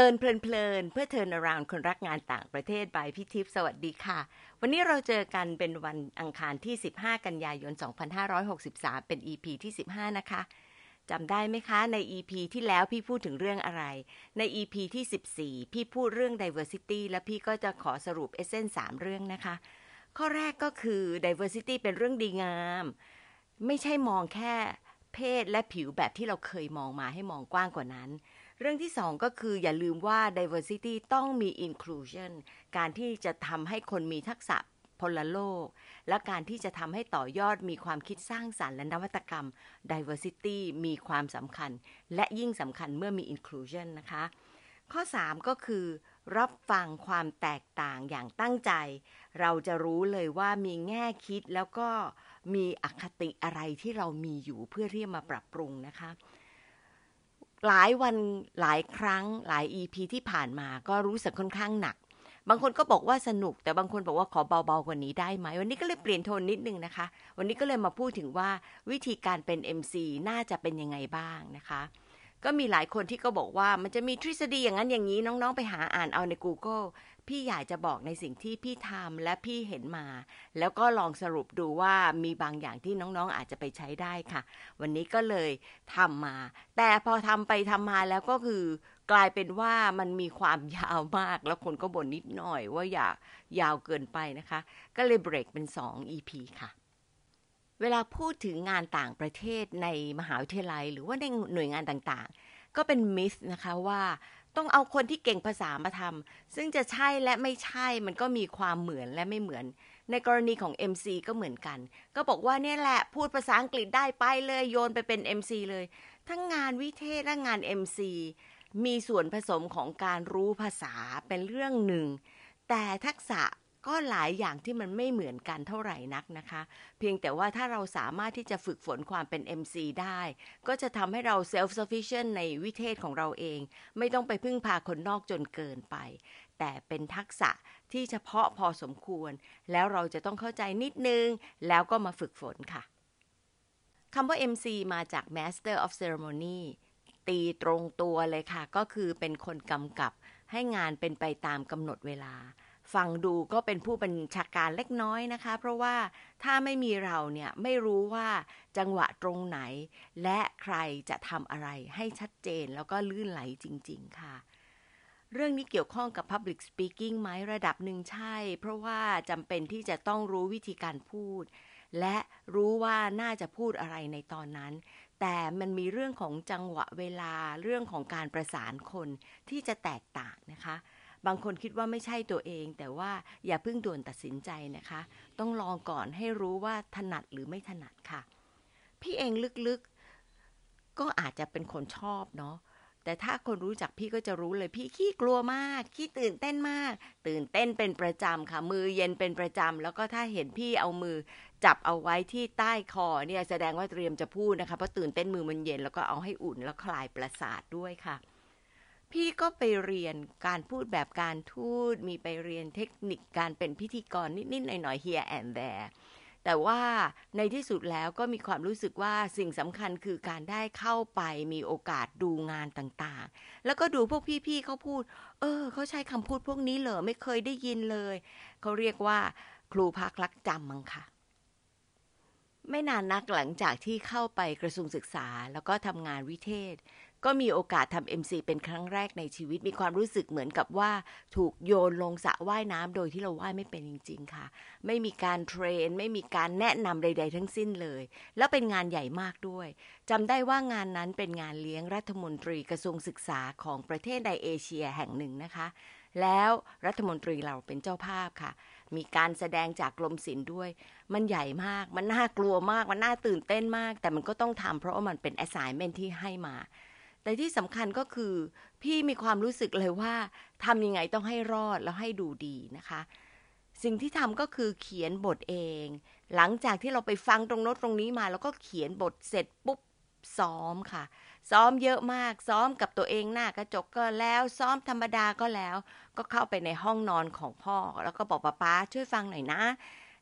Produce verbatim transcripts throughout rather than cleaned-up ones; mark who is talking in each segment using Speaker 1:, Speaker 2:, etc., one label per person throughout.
Speaker 1: ลินเพลินเพลินเพื่อ turn around คนรักงานต่างประเทศบายพี่ทิพย์สวัสดีค่ะวันนี้เราเจอกันเป็นวันอังคารที่สิบห้ากันยายนสองพันห้าร้อยหกสิบสามเป็น อี พี ที่สิบห้านะคะจำได้ไหมคะใน อี พี ที่แล้วพี่พูดถึงเรื่องอะไรใน อี พี ที่สิบสี่พี่พูดเรื่อง diversity และพี่ก็จะขอสรุป essence สามเรื่องนะคะข้อแรกก็คือ diversity เป็นเรื่องดีงามไม่ใช่มองแค่เพศและผิวแบบที่เราเคยมองมาให้มองกว้างกว่านั้นเรื่องที่สองก็คืออย่าลืมว่า diversity ต้องมี inclusion การที่จะทำให้คนมีทักษะพลโลกและการที่จะทำให้ต่อยอดมีความคิดสร้างสรรค์และนวัตกรรม diversity มีความสำคัญและยิ่งสำคัญเมื่อมี inclusion นะคะข้อสามก็คือรับฟังความแตกต่างอย่างตั้งใจเราจะรู้เลยว่ามีแง่คิดแล้วก็มีอคติอะไรที่เรามีอยู่เพื่อที่จะมาปรับปรุงนะคะหลายวันหลายครั้งหลาย อี พี ที่ผ่านมาก็รู้สึกค่อนข้างหนักบางคนก็บอกว่าสนุกแต่บางคนบอกว่าขอเบาๆกว่านี้ได้ไหมวันนี้ก็เลยเปลี่ยนโทนนิดนึงนะคะวันนี้ก็เลยมาพูดถึงว่าวิธีการเป็น เอ็ม ซี น่าจะเป็นยังไงบ้างนะคะก็มีหลายคนที่ก็บอกว่ามันจะมีทฤษฎีอย่างนั้นอย่างนี้น้องๆไปหาอ่านเอาใน Google พี่อยากจะบอกในสิ่งที่พี่ทำและพี่เห็นมาแล้วก็ลองสรุปดูว่ามีบางอย่างที่น้องๆอาจจะไปใช้ได้ค่ะวันนี้ก็เลยทำมาแต่พอทำไปทำมาแล้วก็คือกลายเป็นว่ามันมีความยาวมากแล้วคนก็บ่นนิดหน่อยว่าอย่ายาวเกินไปนะคะก็เลยเบรกเป็นสอง อี พี ค่ะเวลาพูดถึงงานต่างประเทศในมหาวิทยาลัยหรือว่าในหน่วยงานต่างๆก็เป็นมิสนะคะว่าต้องเอาคนที่เก่งภาษามาทำซึ่งจะใช่และไม่ใช่มันก็มีความเหมือนและไม่เหมือนในกรณีของ เอ็ม ซี ก็เหมือนกันก็บอกว่าเนี่ยแหละพูดภาษาอังกฤษได้ไปเลยโยนไปเป็น เอ็ม ซี เลยทั้งงานวิเทศและงาน เอ็ม ซี มีส่วนผสมของการรู้ภาษาเป็นเรื่องหนึ่งแต่ทักษะก็หลายอย่างที่มันไม่เหมือนกันเท่าไหร่นักนะคะเพียงแต่ว่าถ้าเราสามารถที่จะฝึกฝนความเป็น เอ็ม ซี ได้ก็จะทำให้เรา self sufficient ในวิเทศของเราเองไม่ต้องไปพึ่งพาคนนอกจนเกินไปแต่เป็นทักษะที่เฉพาะพอสมควรแล้วเราจะต้องเข้าใจนิดนึงแล้วก็มาฝึกฝนค่ะคำว่า เอ็ม ซี มาจาก Master of Ceremonyตีตรงตัวเลยค่ะก็คือเป็นคนกำกับให้งานเป็นไปตามกำหนดเวลาฟังดูก็เป็นผู้บัญชาการเล็กน้อยนะคะเพราะว่าถ้าไม่มีเราเนี่ยไม่รู้ว่าจังหวะตรงไหนและใครจะทำอะไรให้ชัดเจนแล้วก็ลื่นไหลจริงๆค่ะเรื่องนี้เกี่ยวข้องกับ Public Speaking ไหมระดับหนึ่งใช่เพราะว่าจำเป็นที่จะต้องรู้วิธีการพูดและรู้ว่าน่าจะพูดอะไรในตอนนั้นแต่มันมีเรื่องของจังหวะเวลาเรื่องของการประสานคนที่จะแตกต่างนะคะบางคนคิดว่าไม่ใช่ตัวเองแต่ว่าอย่าเพิ่งด่วนตัดสินใจนะคะต้องลองก่อนให้รู้ว่าถนัดหรือไม่ถนัดค่ะพี่เองลึกๆก็อาจจะเป็นคนชอบเนาะแต่ถ้าคนรู้จักพี่ก็จะรู้เลยพี่ขี้กลัวมากขี้ตื่นเต้นมากตื่นเต้นเป็นประจำค่ะมือเย็นเป็นประจำแล้วก็ถ้าเห็นพี่เอามือจับเอาไว้ที่ใต้คอเนี่ยแสดงว่าเตรียมจะพูดนะคะเพราะตื่นเต้นมือมันเย็นแล้วก็เอาให้อุ่นแล้วคลายประสาทด้วยค่ะพี่ก็ไปเรียนการพูดแบบการทูตมีไปเรียนเทคนิคการเป็นพิธีกรนิดๆหน่อยๆ here and there แต่ว่าในที่สุดแล้วก็มีความรู้สึกว่าสิ่งสำคัญคือการได้เข้าไปมีโอกาสดูงานต่างๆแล้วก็ดูพวกพี่ๆเขาพูดเออเขาใช้คำพูดพวกนี้เหรอไม่เคยได้ยินเลยเขาเรียกว่าครูพักรักจำมั้งค่ะไม่นานนักหลังจากที่เข้าไปกระทรวงศึกษาแล้วก็ทำงานวิเทศก็มีโอกาสทำ เอ็ม ซี เป็นครั้งแรกในชีวิตมีความรู้สึกเหมือนกับว่าถูกโยนลงสระว่ายน้ำโดยที่เราว่ายไม่เป็นจริงๆค่ะไม่มีการเทรนไม่มีการแนะนำใดๆทั้งสิ้นเลยแล้วเป็นงานใหญ่มากด้วยจำได้ว่างานนั้นเป็นงานเลี้ยงรัฐมนตรีกระทรวงศึกษาของประเทศในเอเชียแห่งหนึ่งนะคะแล้วรัฐมนตรีเราเป็นเจ้าภาพค่ะมีการแสดงจากกรมศิลป์ด้วยมันใหญ่มากมันน่ากลัวมากมันน่าตื่นเต้นมากแต่มันก็ต้องทำเพราะว่ามันเป็น assignment ที่ให้มาแต่ที่สำคัญก็คือพี่มีความรู้สึกเลยว่าทำยังไงต้องให้รอดแล้วให้ดูดีนะคะสิ่งที่ทำก็คือเขียนบทเองหลังจากที่เราไปฟังตรงโน้นตรงนี้มาแล้วก็เขียนบทเสร็จปุ๊บซ้อมค่ะซ้อมเยอะมากซ้อมกับตัวเองหน้ากระจกก็แล้วซ้อมธรรมดาก็แล้วก็เข้าไปในห้องนอนของพ่อแล้วก็บอกป๊าป๊าช่วยฟังหน่อยนะ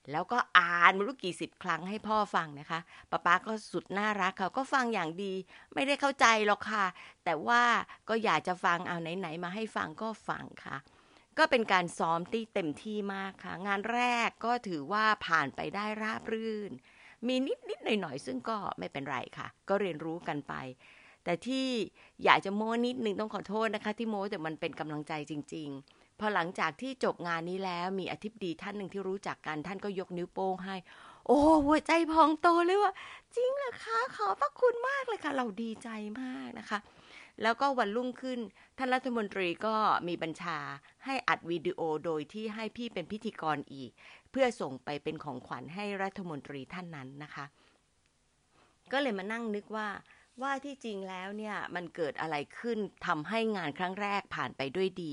Speaker 1: แล้วก็อ่านไม่รู้กี่สิบครั้งให้พ่อฟังนะคะป๊าป๊าก็สุดน่ารักเขาก็ฟังอย่างดีไม่ได้เข้าใจหรอกค่ะแต่ว่าก็อยากจะฟังเอาไหนๆมาให้ฟังก็ฟังค่ะก็เป็นการซ้อมที่เต็มที่มากค่ะงานแรกก็ถือว่าผ่านไปได้ราบรื่นมีนิดๆหน่อยๆซึ่งก็ไม่เป็นไรค่ะก็เรียนรู้กันไปแต่ที่อยากจะโม้นิดนึงต้องขอโทษนะคะที่โม้แต่มันเป็นกำลังใจจริงๆพอหลังจากที่จบงานนี้แล้วมีอธิบดีท่านหนึ่งที่รู้จักกันท่านก็ยกนิ้วโป้งให้โอ้หัวใจพองโตเลยว่าจริงเหรอคะขอบพระคุณมากเลยค่ะเราดีใจมากนะคะแล้วก็วันรุ่งขึ้นท่านรัฐมนตรีก็มีบัญชาให้อัดวิดีโอโดยที่ให้พี่เป็นพิธีกรอีกเพื่อส่งไปเป็นของขวัญให้รัฐมนตรีท่านนั้นนะคะก็เลยมานั่งนึกว่าว่าที่จริงแล้วเนี่ยมันเกิดอะไรขึ้นทำให้งานครั้งแรกผ่านไปด้วยดี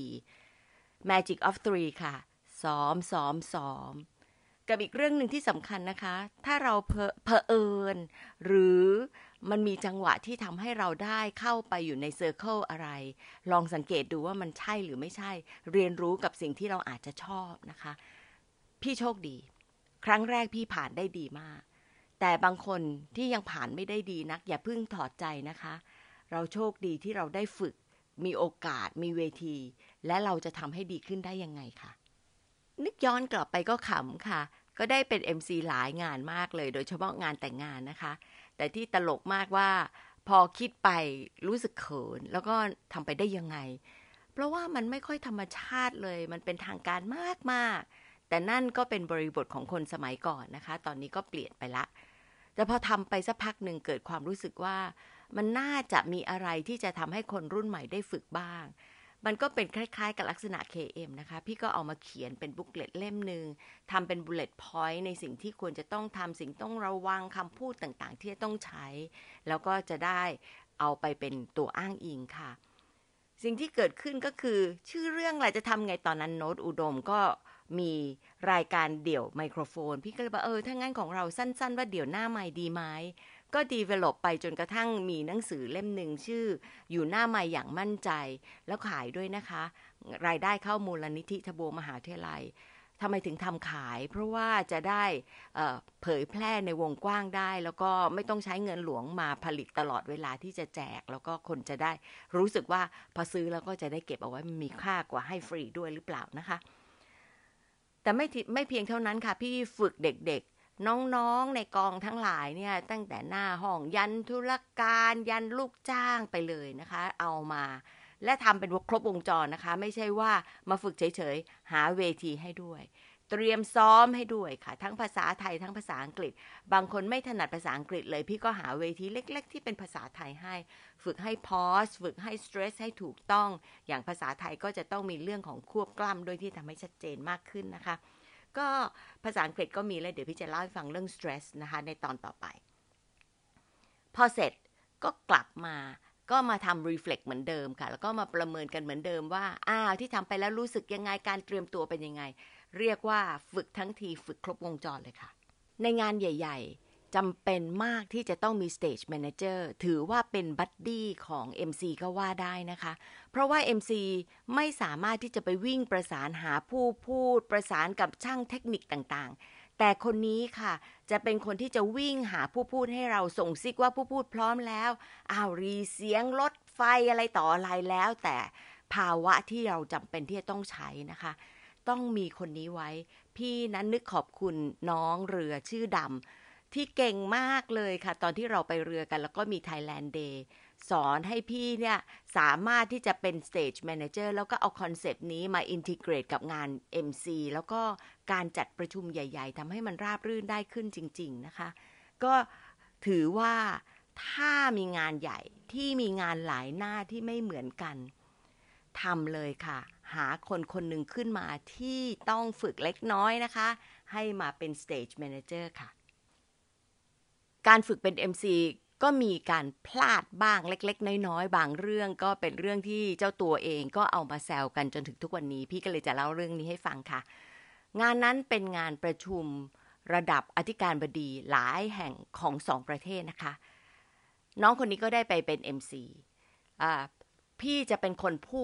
Speaker 1: Magic of Three ค่ะซ้อมซ้อมซ้อมกับอีกเรื่องหนึ่งที่สำคัญนะคะถ้าเราเพอเผอิญหรือมันมีจังหวะที่ทำให้เราได้เข้าไปอยู่ในเซอร์เคิลอะไรลองสังเกตดูว่ามันใช่หรือไม่ใช่เรียนรู้กับสิ่งที่เราอาจจะชอบนะคะพี่โชคดีครั้งแรกพี่ผ่านได้ดีมากแต่บางคนที่ยังผ่านไม่ได้ดีนักอย่าเพิ่งถอดใจนะคะเราโชคดีที่เราได้ฝึกมีโอกาสมีเวทีและเราจะทำให้ดีขึ้นได้ยังไงค่ะนึกย้อนกลับไปก็ขำค่ะก็ได้เป็น เอ็ม ซี หลายงานมากเลยโดยเฉพาะงานแต่งงานนะคะแต่ที่ตลกมากว่าพอคิดไปรู้สึกเขินแล้วก็ทำไปได้ยังไงเพราะว่ามันไม่ค่อยธรรมชาติเลยมันเป็นทางการมากๆแต่นั่นก็เป็นบริบทของคนสมัยก่อนนะคะตอนนี้ก็เปลี่ยนไปละแต่พอทำไปสักพักหนึ่งเกิดความรู้สึกว่ามันน่าจะมีอะไรที่จะทำให้คนรุ่นใหม่ได้ฝึกบ้างมันก็เป็นคล้ายๆกับลักษณะ เค เอ็ม นะคะพี่ก็เอามาเขียนเป็นบุ๊กเล็ตเล่มหนึ่งทำเป็น bullet point ในสิ่งที่ควรจะต้องทำสิ่งต้องระวังคำพูดต่างๆที่จะต้องใช้แล้วก็จะได้เอาไปเป็นตัวอ้างอิงค่ะสิ่งที่เกิดขึ้นก็คือชื่อเรื่องอะไรจะทำไงตอนนั้นโน้ตอุดมก็มีรายการเดี่ยวไมโครโฟนพี่ก็เลยบอกเออถ้างั้นของเราสั้นๆว่าเดี่ยวหน้าไมค์ดีไหมก็ develop ไปจนกระทั่งมีหนังสือเล่มหนึ่งชื่ออยู่หน้าไมค์อย่างมั่นใจแล้วขายด้วยนะคะรายได้เข้ามูลนิธิทบวงมหาวิทยาลัยทำไมถึงทำขายเพราะว่าจะได้เอ่อเผยแพร่ในวงกว้างได้แล้วก็ไม่ต้องใช้เงินหลวงมาผลิตตลอดเวลาที่จะแจกแล้วก็คนจะได้รู้สึกว่าพอซื้อแล้วก็จะได้เก็บเอาไว้มันมีค่ากว่าให้ฟรีด้วยหรือเปล่านะคะแต่ไม่ไม่เพียงเท่านั้นค่ะพี่ฝึกเด็กๆน้องๆในกองทั้งหลายเนี่ยตั้งแต่หน้าห้องยันธุรการยันลูกจ้างไปเลยนะคะเอามาและทำเป็นครบวงจรนะคะไม่ใช่ว่ามาฝึกเฉยๆหาเวทีให้ด้วยเตรียมซ้อมให้ด้วยค่ะทั้งภาษาไทยทั้งภาษาอังกฤษบางคนไม่ถนัดภาษาอังกฤษเลยพี่ก็หาเวทีเล็กๆที่เป็นภาษาไทยให้ฝึกให้พอสฝึกให้สเตรสให้ถูกต้องอย่างภาษาไทยก็จะต้องมีเรื่องของควบกล้ำโดยที่ทำให้ชัดเจนมากขึ้นนะคะก็ภาษาอังกฤษก็มีแล้วเดี๋ยวพี่จะเล่าให้ฟังเรื่อง stress นะคะในตอนต่อไปพอเสร็จก็กลับมาก็มาทำ reflect เหมือนเดิมค่ะแล้วก็มาประเมินกันเหมือนเดิมว่าอ้าวที่ทำไปแล้วรู้สึกยังไงการเตรียมตัวเป็นยังไงเรียกว่าฝึกทั้งทีฝึกครบวงจรเลยค่ะในงานใหญ่ๆจำเป็นมากที่จะต้องมี stage manager ถือว่าเป็นบัดดี้ของ เอ็ม ซี ก็ว่าได้นะคะเพราะว่า เอ็ม ซี ไม่สามารถที่จะไปวิ่งประสานหาผู้พูดประสานกับช่างเทคนิคต่างๆแต่คนนี้ค่ะจะเป็นคนที่จะวิ่งหาผู้พูดให้เราส่งซิกว่าผู้พูดพร้อมแล้วอ้าวรีเสียงลดไฟอะไรต่ออะไรแล้วแต่ภาวะที่เราจำเป็นที่จะต้องใช้นะคะต้องมีคนนี้ไว้พี่นั้นนึกขอบคุณน้องเรือชื่อดำที่เก่งมากเลยค่ะตอนที่เราไปเรือกันแล้วก็มี Thailand Day สอนให้พี่เนี่ยสามารถที่จะเป็น Stage Manager แล้วก็เอาคอนเซปต์นี้มา integrate กับงาน เอ็ม ซี แล้วก็การจัดประชุมใหญ่ๆทำให้มันราบรื่นได้ขึ้นจริงๆนะคะก็ถือว่าถ้ามีงานใหญ่ที่มีงานหลายหน้าที่ไม่เหมือนกันทำเลยค่ะหาคนคนหนึ่งขึ้นมาที่ต้องฝึกเล็กน้อยนะคะให้มาเป็น Stage Manager ค่ะการฝึกเป็น เอ็ม ซี ก็มีการพลาดบ้างเล็กๆน้อยๆบางเรื่องก็เป็นเรื่องที่เจ้าตัวเองก็เอามาแซวกันจนถึงทุกวันนี้พี่ก็เลยจะเล่าเรื่องนี้ให้ฟังค่ะงานนั้นเป็นงานประชุมระดับอธิการบดีหลายแห่งของสองประเทศนะคะน้องคนนี้ก็ได้ไปเป็น เอ็ม ซี อ่าพี่จะเป็นคนพูด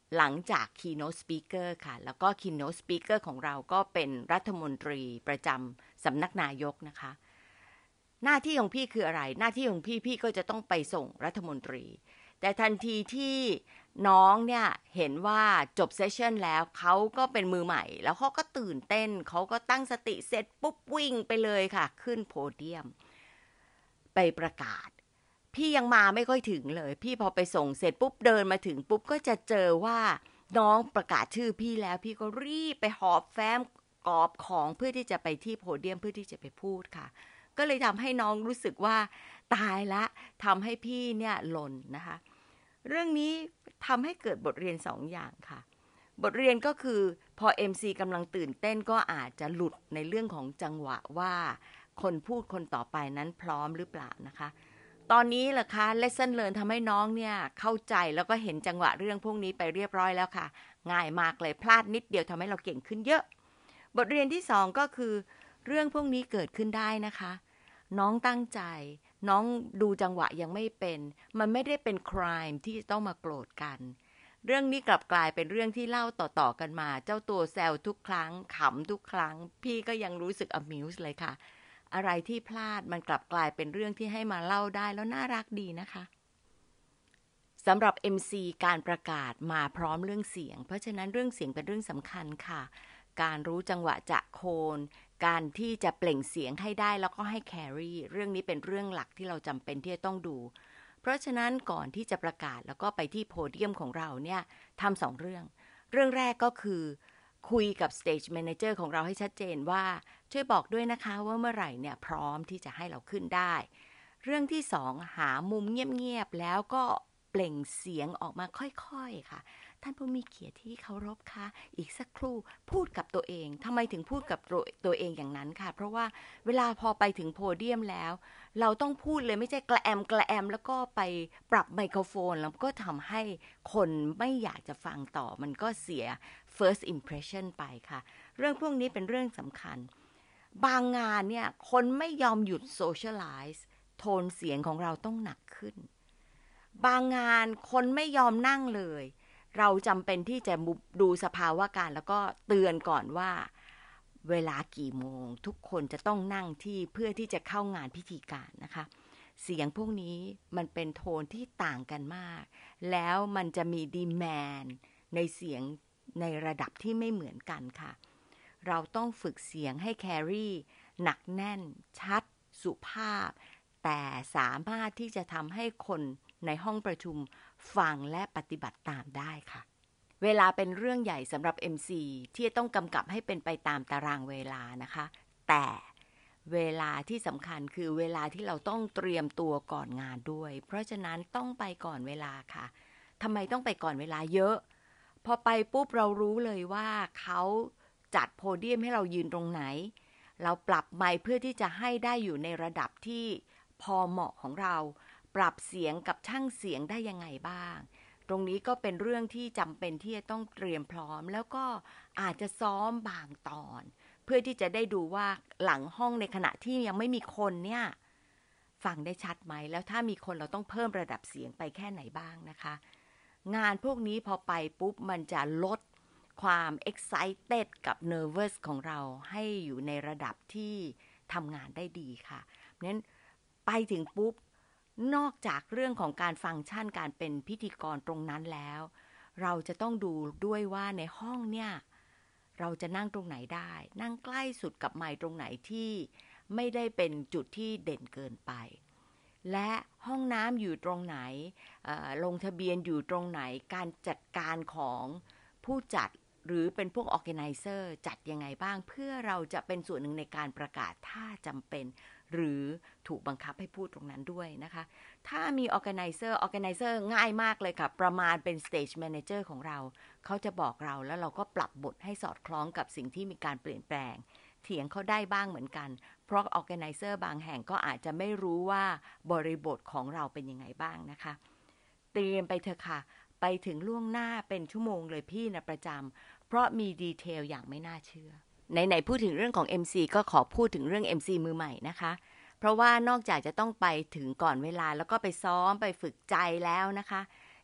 Speaker 1: หลังจาก keynote speaker ค่ะแล้วก็ keynote speaker ของเราก็เป็นรัฐมนตรีประจำสำนักนายกนะคะหน้าที่ของพี่คืออะไรหน้าที่ของพี่พี่ก็จะต้องไปส่งรัฐมนตรีแต่ทันทีที่น้องเนี่ยเห็นว่าจบเซสชั่นแล้วเขาก็เป็นมือใหม่แล้วเขาก็ตื่นเต้นเขาก็ตั้งสติเสร็จปุ๊บวิ่งไปเลยค่ะขึ้นโพเดียมไปประกาศพี่ยังมาไม่ค่อยถึงเลยพี่พอไปส่งเสร็จปุ๊บเดินมาถึงปุ๊บก็จะเจอว่าน้องประกาศชื่อพี่แล้วพี่ก็รีบไปหอบแฟ้มกอบของเพื่อที่จะไปที่โพเดียมเพื่อที่จะไปพูดค่ะก็เลยทำให้น้องรู้สึกว่าตายละทำให้พี่เนี่ยหล่นนะคะเรื่องนี้ทำให้เกิดบทเรียนสองอย่างค่ะบทเรียนก็คือพอ เอ็ม ซี กำลังตื่นเต้นก็อาจจะหลุดในเรื่องของจังหวะว่าคนพูดคนต่อไปนั้นพร้อมหรือเปล่านะคะตอนนี้ล่ะคะ lesson learn ทำให้น้องเนี่ยเข้าใจแล้วก็เห็นจังหวะเรื่องพวกนี้ไปเรียบร้อยแล้วค่ะง่ายมากเลยพลาดนิดเดียวทำให้เราเก่งขึ้นเยอะบทเรียนที่สองก็คือเรื่องพวกนี้เกิดขึ้นได้นะคะน้องตั้งใจน้องดูจังหวะยังไม่เป็นมันไม่ได้เป็น crime ที่จะต้องมาโกรธกันเรื่องนี้กลับกลายเป็นเรื่องที่เล่าต่อๆกันมาเจ้าตัวแซวทุกครั้งขำทุกครั้งพี่ก็ยังรู้สึก amuse เลยค่ะอะไรที่พลาดมันกลับกลายเป็นเรื่องที่ให้มาเล่าได้แล้วน่ารักดีนะคะสำหรับ เอ็ม ซี การประกาศมาพร้อมเรื่องเสียงเพราะฉะนั้นเรื่องเสียงเป็นเรื่องสำคัญค่ะการรู้จังหวะจะโคนการที่จะเปล่งเสียงให้ได้แล้วก็ให้แครี่เรื่องนี้เป็นเรื่องหลักที่เราจำเป็นที่จะต้องดูเพราะฉะนั้นก่อนที่จะประกาศแล้วก็ไปที่โพเดียมของเราเนี่ยทำสองเรื่องเรื่องแรกก็คือคุยกับ Stage Manager ของเราให้ชัดเจนว่าช่วยบอกด้วยนะคะว่าเมื่อไหร่เนี่ยพร้อมที่จะให้เราขึ้นได้เรื่องที่สองหามุมเงียบๆแล้วก็เปล่งเสียงออกมาค่อยๆค่ะท่านผู้มีเกียรติที่เคารพคะอีกสักครู่พูดกับตัวเองทำไมถึงพูดกับตัวเองอย่างนั้นค่ะเพราะว่าเวลาพอไปถึงโพเดียมแล้วเราต้องพูดเลยไม่ใช่กระแอมกระแอมแล้วก็ไปปรับไมโครโฟนแล้วก็ทำให้คนไม่อยากจะฟังต่อมันก็เสีย first impression ไปค่ะเรื่องพวกนี้เป็นเรื่องสำคัญบางงานเนี่ยคนไม่ยอมหยุด socialize โทนเสียงของเราต้องหนักขึ้นบางงานคนไม่ยอมนั่งเลยเราจำเป็นที่จะดูสภาวะการแล้วก็เตือนก่อนว่าเวลากี่โมงทุกคนจะต้องนั่งที่เพื่อที่จะเข้างานพิธีการนะคะเสียงพวกนี้มันเป็นโทนที่ต่างกันมากแล้วมันจะมีดีแมนในเสียงในระดับที่ไม่เหมือนกันค่ะเราต้องฝึกเสียงให้แครี่หนักแน่นชัดสุภาพแต่สามารถที่จะทำให้คนในห้องประชุมฟังและปฏิบัติตามได้ค่ะเวลาเป็นเรื่องใหญ่สำหรับ เอ็ม ซี ที่จะต้องกำกับให้เป็นไปตามตารางเวลานะคะแต่เวลาที่สำคัญคือเวลาที่เราต้องเตรียมตัวก่อนงานด้วยเพราะฉะนั้นต้องไปก่อนเวลาค่ะทำไมต้องไปก่อนเวลาเยอะพอไปปุ๊บเรารู้เลยว่าเขาจัดโพเดียมให้เรายืนตรงไหนเราปรับไมค์เพื่อที่จะให้ได้อยู่ในระดับที่พอเหมาะของเราปรับเสียงกับช่างเสียงได้ยังไงบ้างตรงนี้ก็เป็นเรื่องที่จำเป็นที่จะต้องเตรียมพร้อมแล้วก็อาจจะซ้อมบางตอนเพื่อที่จะได้ดูว่าหลังห้องในขณะที่ยังไม่มีคนเนี่ยฟังได้ชัดไหมแล้วถ้ามีคนเราต้องเพิ่มระดับเสียงไปแค่ไหนบ้างนะคะงานพวกนี้พอไปปุ๊บมันจะลดความ excited กับ nervous ของเราให้อยู่ในระดับที่ทำงานได้ดีค่ะเพราะฉะนั้นไปถึงปุ๊บนอกจากเรื่องของการฟังก์ชันการเป็นพิธีกรตรงนั้นแล้วเราจะต้องดูด้วยว่าในห้องเนี่ยเราจะนั่งตรงไหนได้นั่งใกล้สุดกับไมค์ตรงไหนที่ไม่ได้เป็นจุดที่เด่นเกินไปและห้องน้ำอยู่ตรงไหนลงทะเบียนอยู่ตรงไหนการจัดการของผู้จัดหรือเป็นพวก organizer จัดยังไงบ้างเพื่อเราจะเป็นส่วนหนึ่งในการประกาศถ้าจำเป็นหรือถูกบังคับให้พูดตรงนั้นด้วยนะคะถ้ามี organizer organizer ง่ายมากเลยค่ะประมาณเป็น stage manager ของเราเขาจะบอกเราแล้วเราก็ปรับบทให้สอดคล้องกับสิ่งที่มีการเปลี่ยนแปลงเถียงเขาได้บ้างเหมือนกันเพราะ organizer บางแห่งก็อาจจะไม่รู้ว่าบริบทของเราเป็นยังไงบ้างนะคะเตรียมไปเถอะค่ะไปถึงล่วงหน้าเป็นชั่วโมงเลยพี่นะประจำเพราะมีดีเทลอย่างไม่น่าเชื่อไหนๆพูดถึงเรื่องของ เอ็ม ซี ก็ขอพูดถึงเรื่อง เอ็ม ซี มือใหม่นะคะเพราะว่านอกจากจะต้องไปถึงก่อนเวลาแล้วก็ไปซ้อมไปฝึกใจแล้วนะคะ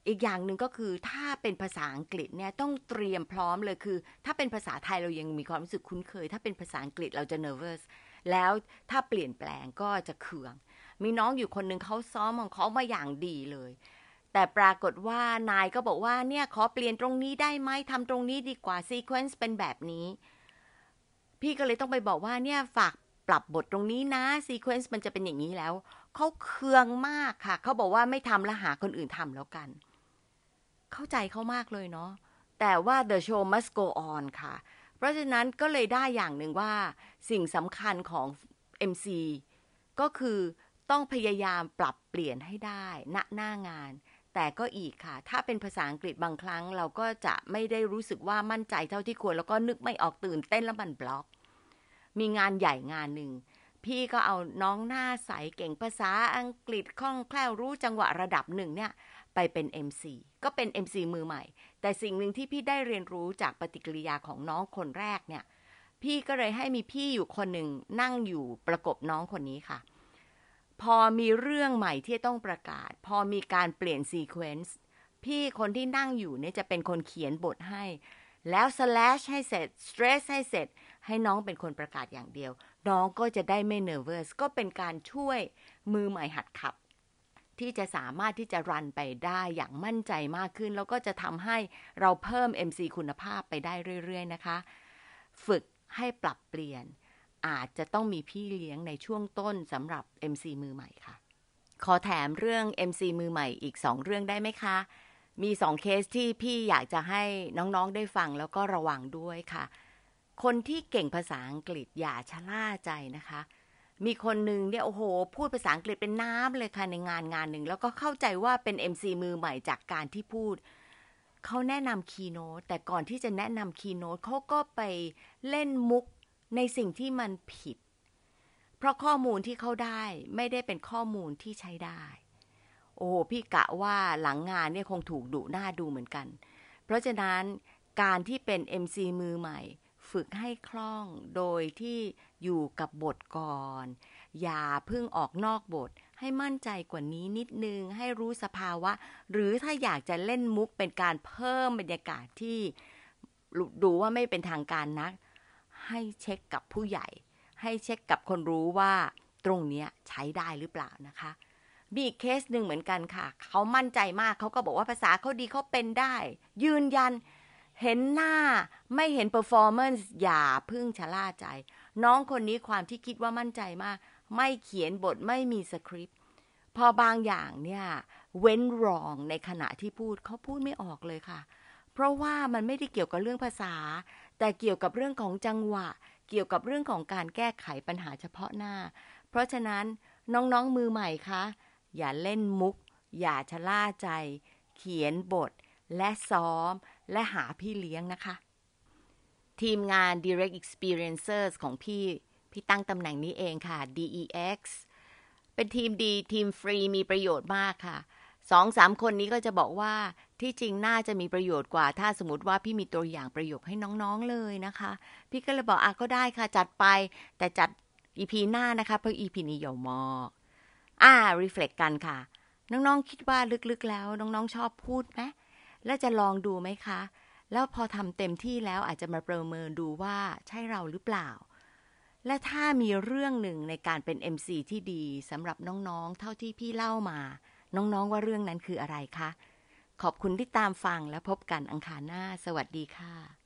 Speaker 1: อีกอย่างหนึ่งก็คือถ้าเป็นภาษาอังกฤษเนี่ยต้องเตรียมพร้อมเลยคือถ้าเป็นภาษาไทยเรายังมีความรู้สึกคุ้นเคยถ้าเป็นภาษาอังกฤษเราจะ nervous แล้วถ้าเปลี่ยนแปลงก็จะเคืองมีน้องอยู่คนนึงเขาซ้อมของเขามาอย่างดีเลยแต่ปรากฏว่านายก็บอกว่าเนี่ยขอเปลี่ยนตรงนี้ได้ไหมทำตรงนี้ดีกว่า sequence เป็นแบบนี้พี่ก็เลยต้องไปบอกว่าเนี่ยฝากปรับบทตรงนี้นะ sequence มันจะเป็นอย่างนี้แล้วเขาเคืองมากค่ะเขาบอกว่าไม่ทำแล้วหาคนอื่นทำแล้วกันเข้าใจเขามากเลยเนาะแต่ว่า the show must go on ค่ะเพราะฉะนั้นก็เลยได้อย่างหนึ่งว่าสิ่งสำคัญของ เอ็ม ซี ก็คือต้องพยายามปรับเปลี่ยนให้ได้ณหน้างานแต่ก็อีกค่ะถ้าเป็นภาษาอังกฤษบางครั้งเราก็จะไม่ได้รู้สึกว่ามั่นใจเท่าที่ควรแล้วก็นึกไม่ออกตื่นเต้นแล้วมันบล็อกมีงานใหญ่งานหนึ่งพี่ก็เอาน้องหน้าใสเก่งภาษาอังกฤษคล่องแคล่วรู้จังหวะระดับหนึ่งเนี่ยไปเป็น เอ็ม ซี ก็เป็น เอ็ม ซี มือใหม่แต่สิ่งหนึ่งที่พี่ได้เรียนรู้จากปฏิกิริยาของน้องคนแรกเนี่ยพี่ก็เลยให้มีพี่อยู่คนหนึ่งนั่งอยู่ประกบน้องคนนี้ค่ะพอมีเรื่องใหม่ที่ต้องประกาศพอมีการเปลี่ยนซีเควนซ์พี่คนที่นั่งอยู่เนี่ยจะเป็นคนเขียนบทให้แล้ว slash ให้เสร็จ stress ให้เสร็จให้น้องเป็นคนประกาศอย่างเดียวน้องก็จะได้ไม่ nervous ก็เป็นการช่วยมือใหม่หัดขับที่จะสามารถที่จะรันไปได้อย่างมั่นใจมากขึ้นแล้วก็จะทำให้เราเพิ่ม เอ็ม ซี คุณภาพไปได้เรื่อยๆนะคะฝึกให้ปรับเปลี่ยนอาจจะต้องมีพี่เลี้ยงในช่วงต้นสำหรับ เอ็ม ซี มือใหม่ค่ะขอแถมเรื่อง เอ็ม ซี มือใหม่อีกสองเรื่องได้ไหมคะมีสองเคสที่พี่อยากจะให้น้องๆได้ฟังแล้วก็ระวังด้วยค่ะคนที่เก่งภาษาอังกฤษอย่าชะล่าใจนะคะมีคนหนึ่งเนี่ยโอ้โหพูดภาษาอังกฤษเป็นน้ำเลยค่ะในงานงานหนึ่งแล้วก็เข้าใจว่าเป็น เอ็ม ซี มือใหม่จากการที่พูดเขาแนะนำคีย์โน้ตแต่ก่อนที่จะแนะนำคีย์โน้ตเขาก็ไปเล่นมุกในสิ่งที่มันผิดเพราะข้อมูลที่เขาได้ไม่ได้เป็นข้อมูลที่ใช้ได้โอ้พี่กะว่าหลังงานเนี่ยคงถูกดุหน้าดูเหมือนกันเพราะฉะนั้นการที่เป็น เอ็ม ซี มือใหม่ฝึกให้คล่องโดยที่อยู่กับบทก่อนอย่าเพิ่งออกนอกบทให้มั่นใจกว่านี้นิดนึงให้รู้สภาวะหรือถ้าอยากจะเล่นมุกเป็นการเพิ่มบรรยากาศที่ดูว่าไม่เป็นทางการนักให้เช็คกับผู้ใหญ่ให้เช็คกับคนรู้ว่าตรงเนี้ยใช้ได้หรือเปล่านะคะมีอีกเคสหนึ่งเหมือนกันค่ะเขามั่นใจมากเขาก็บอกว่าภาษาเขาดีเขาเป็นได้ยืนยันเห็นหน้าไม่เห็น performance อย่าพึ่งชะล่าใจน้องคนนี้ความที่คิดว่ามั่นใจมากไม่เขียนบทไม่มีสคริปต์พอบางอย่างเนี่ยเว้นรองในขณะที่พูดเขาพูดไม่ออกเลยค่ะเพราะว่ามันไม่ได้เกี่ยวกับเรื่องภาษาแต่เกี่ยวกับเรื่องของจังหวะเกี่ยวกับเรื่องของการแก้ไขปัญหาเฉพาะหน้าเพราะฉะนั้นน้องๆมือใหม่คะอย่าเล่นมุกอย่าชะล่าใจเขียนบทและซ้อมและหาพี่เลี้ยงนะคะทีมงาน Direct Experiencers ของพี่พี่ตั้งตำแหน่งนี้เองค่ะ ดี อี เอ็กซ์ เป็นทีมดีทีมฟรีมีประโยชน์มากค่ะ สองสาม คนนี้ก็จะบอกว่าที่จริงน่าจะมีประโยชน์กว่าถ้าสมมติว่าพี่มีตัวอย่างประโยคให้น้องๆเลยนะคะพี่ก็เลยบอกอ่ะก็ได้ค่ะจัดไปแต่จัด อี พี หน้านะคะเพราะ อี พี นี้ยาวมากอ่า reflect กันค่ะน้องๆคิดว่าลึกๆแล้วน้องๆชอบพูดไหมแล้วจะลองดูไหมคะแล้วพอทำเต็มที่แล้วอาจจะมาประเมินดูว่าใช่เราหรือเปล่าและถ้ามีเรื่องหนึ่งในการเป็น เอ็ม ซี ที่ดีสำหรับน้องๆเท่าที่พี่เล่ามาน้องๆว่าเรื่องนั้นคืออะไรคะขอบคุณที่ตามฟังและพบกันอังคารหน้าสวัสดีค่ะ